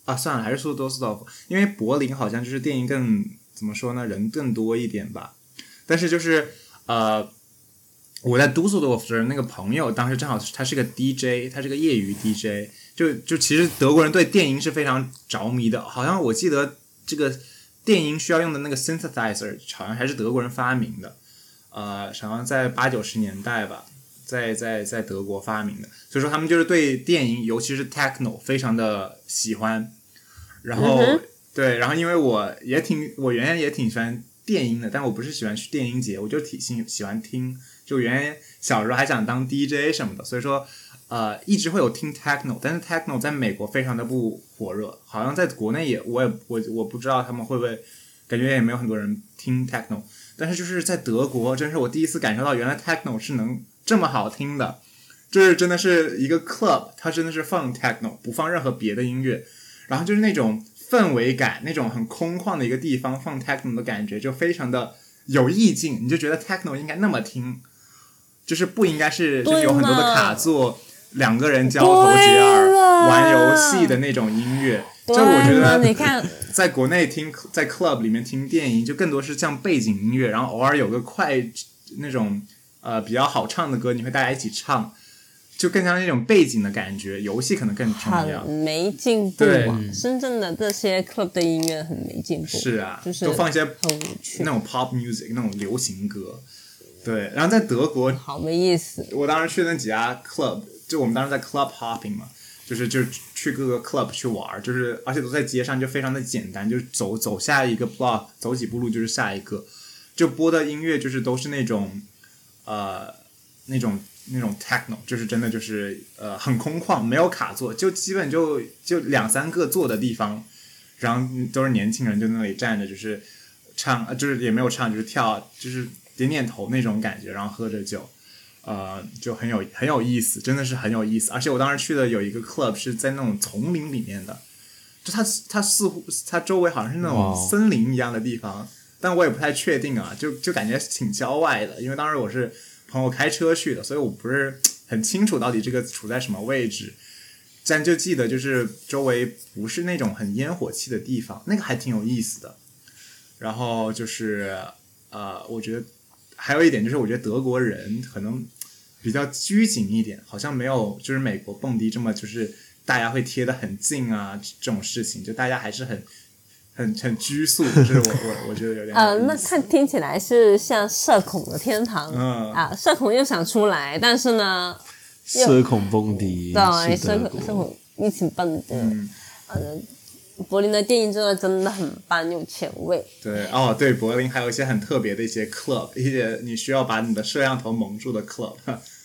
Speaker 1: 啊，算了，还是说多斯道夫，因为柏林好像就是电影更怎么说呢，人更多一点吧。但是就是我在杜塞多夫的那个朋友，当时正好他是个 DJ， 他是个业余 DJ， 就其实德国人对电音是非常着迷的，好像我记得这个电音需要用的那个 synthesizer 好像还是德国人发明的，好像在80-90年代吧。在德国发明的，所以说他们就是对电音，尤其是 techno 非常的喜欢。然后、对，然后因为我原来也挺喜欢电音的，但我不是喜欢去电音节，我就挺喜欢听。就原来小时候还想当 DJ 什么的，所以说一直会有听 techno， 但是 techno 在美国非常的不火热，好像在国内也我不知道他们会不会，感觉也没有很多人听 techno， 但是就是在德国，真是我第一次感受到原来 techno 是能这么好听的，就是真的是一个 club， 它真的是放 techno， 不放任何别的音乐，然后就是那种氛围感，那种很空旷的一个地方放 techno 的感觉就非常的有意境，你就觉得 techno 应该那么听，就是不应该是就是有很多的卡座，两个人交头接耳玩游戏的那种音乐。就我觉得
Speaker 4: 你看
Speaker 1: 在国内听在 club 里面听电音就更多是像背景音乐，然后偶尔有个快那种比较好唱的歌，你会大家一起唱，就更像那种背景的感觉。游戏可能更重要，
Speaker 4: 很没进步啊！深圳的这些 club 的音乐很没进步。
Speaker 1: 是啊，
Speaker 4: 就是
Speaker 1: 都放一些
Speaker 4: 很无趣
Speaker 1: 那种 pop music 那种流行歌。对，然后在德国
Speaker 4: 好没意思。
Speaker 1: 我当时去那几家 club， 就我们当时在 club hopping 嘛，就是去各个 club 去玩，就是而且都在街上，就非常的简单，就是走下一个 block， 走几步路就是下一个，就播的音乐就是都是那种那种 techno， 就是真的就是很空旷，没有卡座，就基本就2-3个坐的地方，然后都是年轻人就在那里站着，就是唱，就是也没有唱，就是跳，就是点头那种感觉，然后喝着酒。就很有意思，真的是很有意思。而且我当时去的有一个 club 是在那种丛林里面的，就它似乎它周围好像是那种森林一样的地方，但我也不太确定啊，就感觉挺郊外的，因为当时我是朋友开车去的，所以我不是很清楚到底这个处在什么位置，但就记得就是周围不是那种很烟火气的地方，那个还挺有意思的。然后就是我觉得还有一点就是，我觉得德国人可能比较拘谨一点，好像没有就是美国蹦迪这么就是大家会贴得很近啊这种事情，就大家还是很拘束，就是我觉得有点
Speaker 4: 那听起来是像社恐的天堂，社恐又想出来，但是呢，
Speaker 2: 社恐蹦迪，
Speaker 4: 对，社恐一起蹦的，柏林的电影真的很棒又前卫。
Speaker 1: 对对，柏林还有一些很特别的一些 club， 一些你需要把你的摄像头蒙住的 club。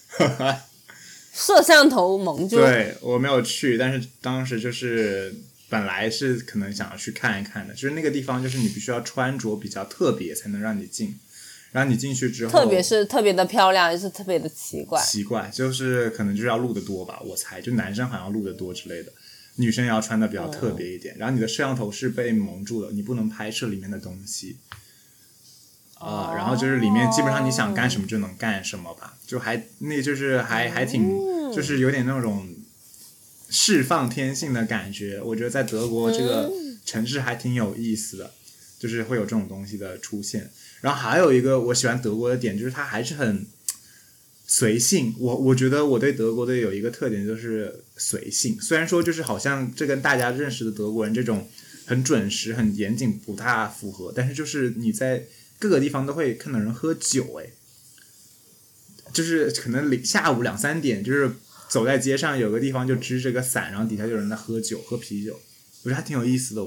Speaker 4: 摄像头蒙住？
Speaker 1: 对，我没有去，但是当时就是本来是可能想要去看一看的，就是那个地方就是你必须要穿着比较特别才能让你进，然后你进去之后，
Speaker 4: 特别是特别的漂亮，也是特别的奇怪，
Speaker 1: 就是可能就是要录得多吧，我猜就男生好像录得多之类的。女生也要穿的比较特别一点，然后你的摄像头是被蒙住的，你不能拍摄里面的东西然后就是里面基本上你想干什么就能干什么吧，就就是还挺就是有点那种释放天性的感觉。我觉得在德国这个城市还挺有意思的，就是会有这种东西的出现。然后还有一个我喜欢德国的点就是它还是很随性，我觉得我对德国的有一个特点就是随性，虽然说就是好像这跟大家认识的德国人这种很准时很严谨不大符合，但是就是你在各个地方都会看到人喝酒，就是可能下午2-3点就是走在街上有个地方就支着个伞，然后底下就有人在喝酒喝啤酒，我觉得还挺有意思的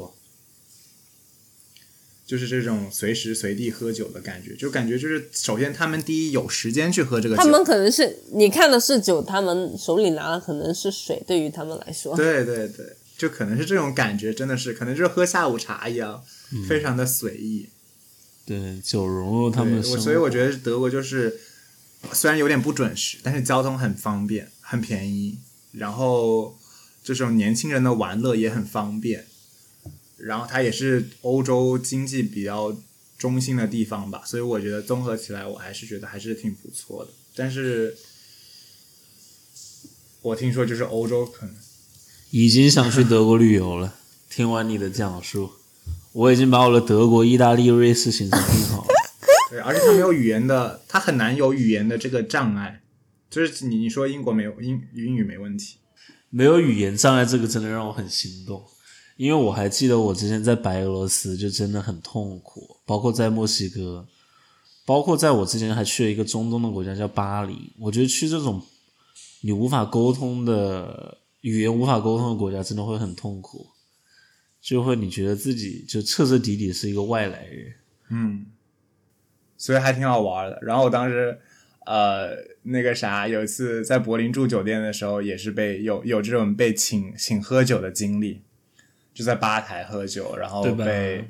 Speaker 1: 就是这种随时随地喝酒的感觉，就感觉就是首先他们第一有时间去喝这个酒，
Speaker 4: 他们可能是你看的是酒，他们手里拿的可能是水，对于他们来说，
Speaker 1: 对对对，就可能是这种感觉，真的是可能就是喝下午茶一样，非常的随意。
Speaker 2: 对，酒融入他们的生活，
Speaker 1: 所以我觉得德国就是虽然有点不准时，但是交通很方便很便宜，然后这种年轻人的玩乐也很方便，然后它也是欧洲经济比较中心的地方吧，所以我觉得综合起来我还是觉得还是挺不错的。但是我听说就是欧洲可能
Speaker 2: 已经想去德国旅游了听完你的讲述，我已经把我的德国、意大利、瑞士行程定好了。
Speaker 1: 对，而且它没有语言的，它很难有语言的这个障碍。就是你说英国没有英语没问题，
Speaker 2: 没有语言障碍，这个真的让我很心动。因为我还记得我之前在白俄罗斯就真的很痛苦，包括在墨西哥，包括在我之前还去了一个中东的国家叫巴黎。我觉得去这种你无法沟通的语言无法沟通的国家真的会很痛苦，就会你觉得自己就彻彻底底是一个外来人。
Speaker 1: 所以还挺好玩的。然后我当时那个啥，有一次在柏林住酒店的时候，也是有这种被请喝酒的经历，就在吧台喝酒，然后被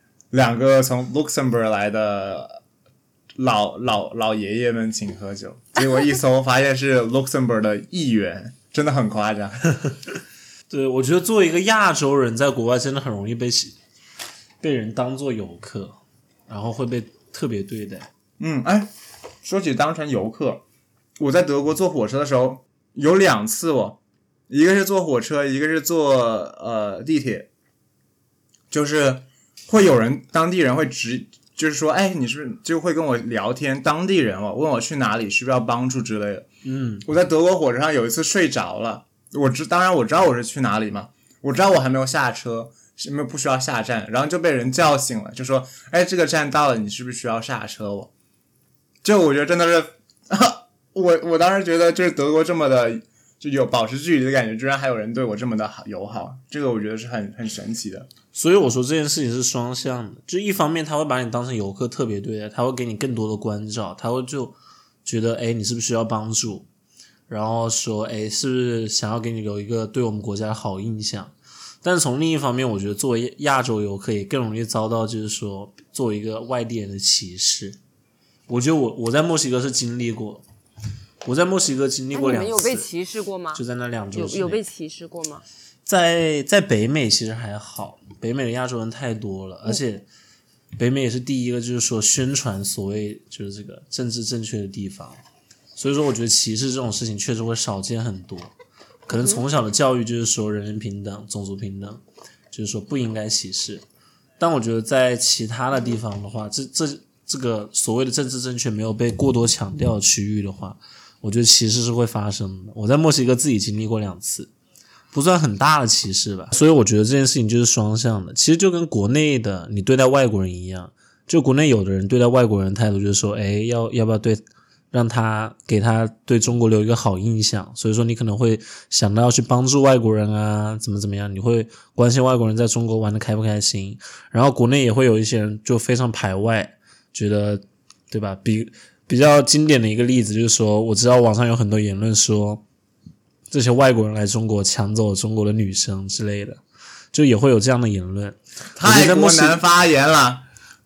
Speaker 1: 2个从 Luxembourg 来的老爷爷们请喝酒，结果一搜发现是 Luxembourg 的议员，真的很夸张。
Speaker 2: 对，我觉得作为一个亚洲人在国外真的很容易被人当作游客，然后会被特别对待。
Speaker 1: 说起当成游客，我在德国坐火车的时候有2次一个是坐火车，一个是坐地铁，就是会有当地人会就是说，哎，你是不是就会跟我聊天，当地人问我去哪里，需不需要帮助之类的。我在德国火车上有一次睡着了，当然我知道我是去哪里嘛，我知道我还没有下车，不需要下站，然后就被人叫醒了，就说，哎，这个站到了，你是不是需要下车？就我觉得真的是我当时觉得就是德国这么的就有保持距离的感觉，居然还有人对我这么的友好，这个我觉得是很神奇的。
Speaker 2: 所以我说这件事情是双向的，就一方面他会把你当成游客特别对待，他会给你更多的关照，他会就觉得你是不是需要帮助，然后说是不是想要给你留一个对我们国家的好印象。但是从另一方面，我觉得作为亚洲游客也更容易遭到就是说作为一个外地人的歧视。我觉得我在墨西哥是经历过，我在墨西哥经历过2次。
Speaker 3: 你们有被歧视过吗？
Speaker 2: 就在那2周之内。
Speaker 3: 有被歧视过吗？
Speaker 2: 在北美其实还好，北美的亚洲人太多了，而且北美也是第一个就是说宣传所谓就是这个政治正确的地方，所以说我觉得歧视这种事情确实会少见很多。可能从小的教育就是说人人平等、种族平等，就是说不应该歧视。但我觉得在其他的地方的话，这个所谓的政治正确没有被过多强调的区域的话，我觉得歧视是会发生的。我在墨西哥自己经历过2次，不算很大的歧视吧。所以我觉得这件事情就是双向的，其实就跟国内的你对待外国人一样，就国内有的人对待外国人的态度就是说，要不要给他对中国留一个好印象，所以说你可能会想到要去帮助外国人啊，怎么样，你会关心外国人在中国玩得开不开心。然后国内也会有一些人就非常排外，觉得对吧？比较经典的一个例子就是说，我知道网上有很多言论说这些外国人来中国抢走中国的女生之类的，就也会有这样的言论。
Speaker 1: 太国难发言了，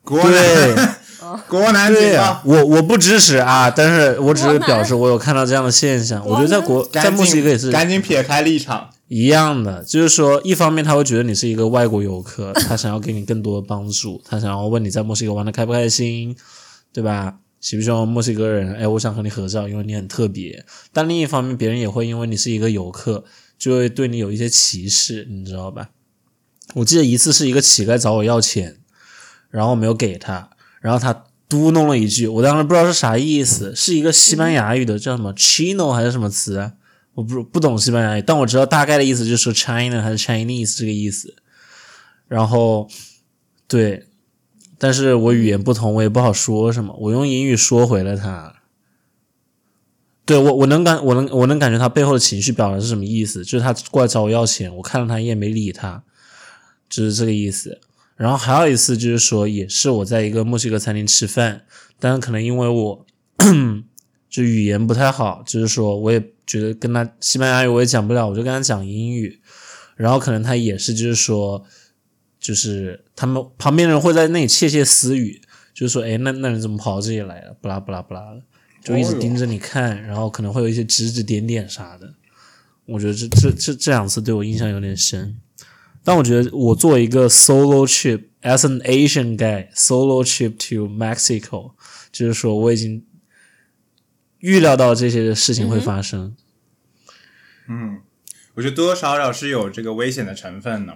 Speaker 1: 国难
Speaker 2: 对啊，我不支持啊，但是我只是表示我有看到这样的现象。我觉得在墨西哥也是
Speaker 1: 赶紧撇开立场
Speaker 2: 一样的，就是说一方面他会觉得你是一个外国游客，他想要给你更多的帮助，他想要问你在墨西哥玩得开不开心，对吧？喜不喜欢墨西哥人？我想和你合照，因为你很特别。但另一方面，别人也会因为你是一个游客，就会对你有一些歧视，你知道吧？我记得一次是一个乞丐找我要钱，然后我没有给他，然后他嘟哝了一句，我当时不知道是啥意思，是一个西班牙语的叫什么 Chino 还是什么词啊？我不懂西班牙语，但我知道大概的意思就是 China 还是 Chinese 这个意思。然后对，但是我语言不通，我也不好说什么，我用英语说回了他。对，我能感觉他背后的情绪表达是什么意思，就是他过来找我要钱，我看了他一眼没理他，就是这个意思。然后还有一次就是说，也是我在一个墨西哥餐厅吃饭，但是可能因为我就语言不太好，就是说我也觉得跟他西班牙语我也讲不了，我就跟他讲英语，然后可能他也是就是说，就是他们旁边人会在那里窃窃私语，就是说那人怎么跑到这里来了，不啦不啦不啦的，就一直盯着你看，然后可能会有一些指指点点啥的。我觉得这2次对我印象有点深。但我觉得我作为一个 solo trip as an Asian guy solo trip to Mexico， 就是说我已经预料到这些事情会发生。
Speaker 1: 我觉得多多少少是有这个危险的成分的。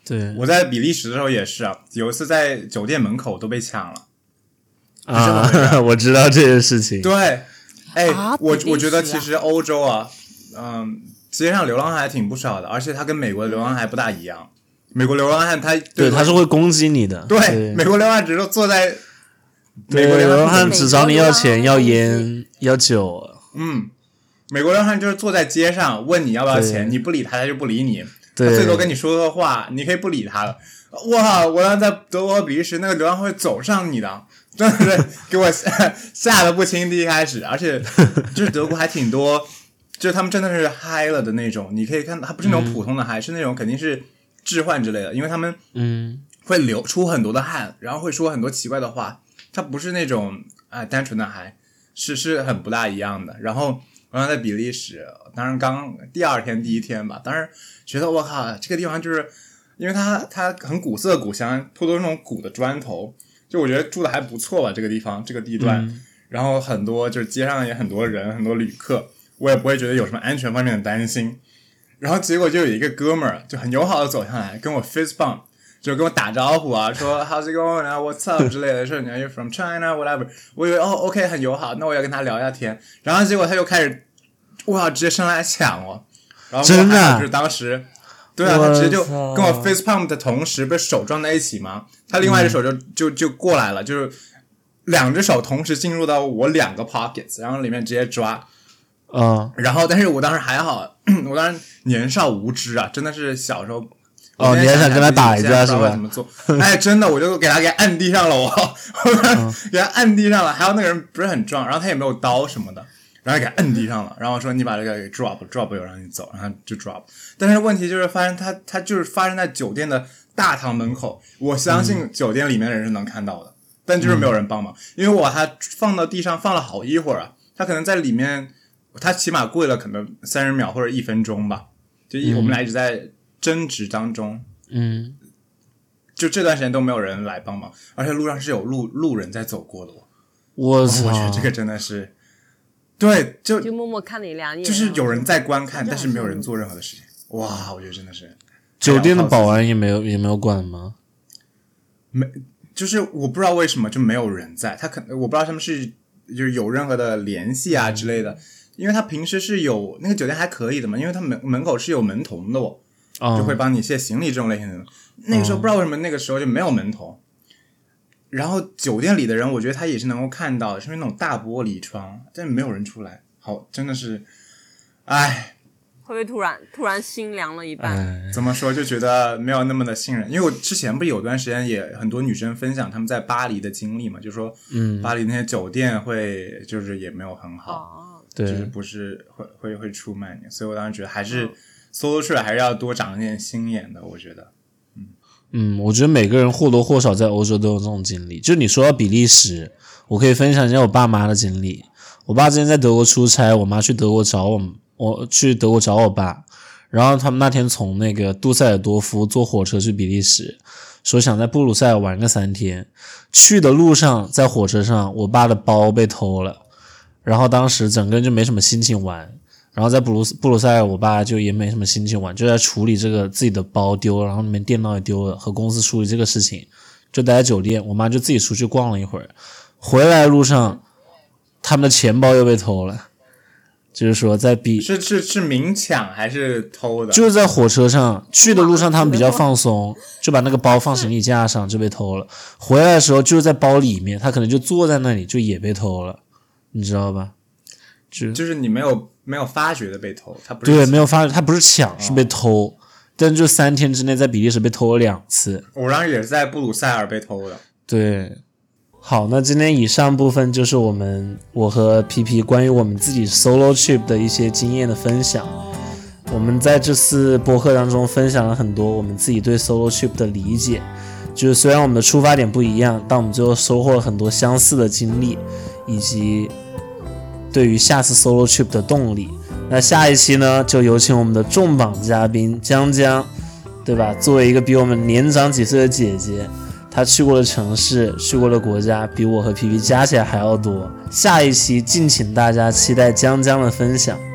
Speaker 2: 对，
Speaker 1: 我在比利时的时候也是啊，有一次在酒店门口都被抢了。
Speaker 2: 我知道这件事情。
Speaker 1: 对，我觉得
Speaker 3: 比利时啊
Speaker 1: 其实欧洲啊，街上流浪汉还挺不少的，而且它跟美国的流浪汉不大一样。美国流浪汉他
Speaker 2: 是会攻击你的。
Speaker 1: 对，美国流浪汉只是坐在，
Speaker 2: 美国流浪汉只找你要钱、要烟、要酒。
Speaker 1: 美国流浪汉就是坐在街上问你要不要钱，你不理他，他就不理你。他最多跟你说说话，你可以不理他了。哇！我要在德国、比利时，那个流浪会走上你的，真的是给我吓得不轻。第一开始，而且就是德国还挺多，就是他们真的是嗨了的那种。你可以看，他不是那种普通的嗨，是那种肯定是置换之类的，因为他们会流出很多的汗，然后会说很多奇怪的话。他不是那种单纯的嗨，是很不大一样的。然后我在比利时，当然刚第二天第一天吧，当时觉得我靠，这个地方就是因为它很古色古香，铺都是那种古的砖头，就我觉得住的还不错吧，这个地方这个地段。然后很多就是街上也很多人，很多旅客，我也不会觉得有什么安全方面的担心。然后结果就有一个哥们儿就很友好的走上来跟我 fist bump， 就跟我打招呼啊，说 how's it going 啊 what's up 之类的，说 are you from China whatever。 我以为OK 很友好，那我要跟他聊一下天。然后结果他就开始直接上来抢我。然后
Speaker 2: 真的
Speaker 1: 就是当时对啊，他直接就跟我 face pump 的同时不是手撞在一起吗？他另外一只手就过来了，就是两只手同时进入到我两个 pockets， 然后里面直接抓。然后但是我当时还好，我当时年少无知啊，真的是小时候。
Speaker 2: 你还想跟他打一架是吧？
Speaker 1: 怎么做？真的，我就给按地上了，我给他按地上了。还有那个人不是很壮，然后他也没有刀什么的，然后给他按地上了。然后说你把这个给 drop， 有让你走，然后就 drop。但是问题就是发生他就是发生在酒店的大堂门口，我相信酒店里面的人是能看到的，但就是没有人帮忙，因为我还放到地上放了好一会儿啊，他可能在里面。他起码跪了可能30秒或者1分钟吧，就我们俩一直在争执当中，就这段时间都没有人来帮忙，而且路上是有路人在走过的。我觉得这个真的是，对，就
Speaker 4: 默默看你两眼，
Speaker 1: 就是有人在观看，但是没有人做任何的事情。哇，我觉得真的是。
Speaker 2: 酒店的保安也没有管吗？
Speaker 1: 没，就是我不知道为什么就没有人在，我不知道他们是就是有任何的联系啊之类的。因为他平时是有那个酒店还可以的嘛，因为他门口是有门童的就会帮你卸行李这种类型的。那个时候不知道为什么那个时候就没有门童，然后酒店里的人我觉得他也是能够看到的，是因为那种大玻璃窗，但没有人出来。好，真的是，
Speaker 4: 会不会突然心凉了一半？
Speaker 1: 怎么说就觉得没有那么的信任，因为我之前不是有段时间也很多女生分享她们在巴黎的经历嘛，就说巴黎那些酒店会就是也没有很好。
Speaker 2: 对，
Speaker 1: 就是不是会出卖你，所以我当时觉得还是 solo trip 还是要多长一点心眼的，我觉得。
Speaker 2: 我觉得每个人或多或少在欧洲都有这种经历。就你说到比利时，我可以分享一下我爸妈的经历。我爸之前在德国出差，我妈去德国找我去德国找我爸，然后他们那天从那个杜塞尔多夫坐火车去比利时，说想在布鲁塞尔玩个3天。去的路上，在火车上，我爸的包被偷了。然后当时整个人就没什么心情玩，然后在布鲁塞尔我爸就也没什么心情玩，就在处理这个自己的包丢了，然后里面电脑也丢了，和公司处理这个事情，就待在酒店。我妈就自己出去逛了一会儿，回来的路上他们的钱包又被偷了，就是说在
Speaker 1: 是明抢还是偷的？
Speaker 2: 就是在火车上，去的路上他们比较放松，就把那个包放行李架上就被偷了，回来的时候就是在包里面，他可能就坐在那里就也被偷了。你知道吧？
Speaker 1: 就是你没有发觉的被偷，他不是
Speaker 2: 对，没有发觉，他不是抢，是被偷。但就3天之内在比利时被偷了2次。
Speaker 1: 我当时也是在布鲁塞尔被偷的。
Speaker 2: 对，好，那今天以上部分就是我和皮皮关于我们自己 solo trip 的一些经验的分享。我们在这次播客当中分享了很多我们自己对 solo trip 的理解，就是虽然我们的出发点不一样，但我们最后收获了很多相似的经历，以及对于下次 solo trip 的动力。那下一期呢，就有请我们的重磅嘉宾江江，对吧？作为一个比我们年长几岁的姐姐，她去过的城市、去过的国家，比我和皮皮加起来还要多。下一期敬请大家期待江江的分享。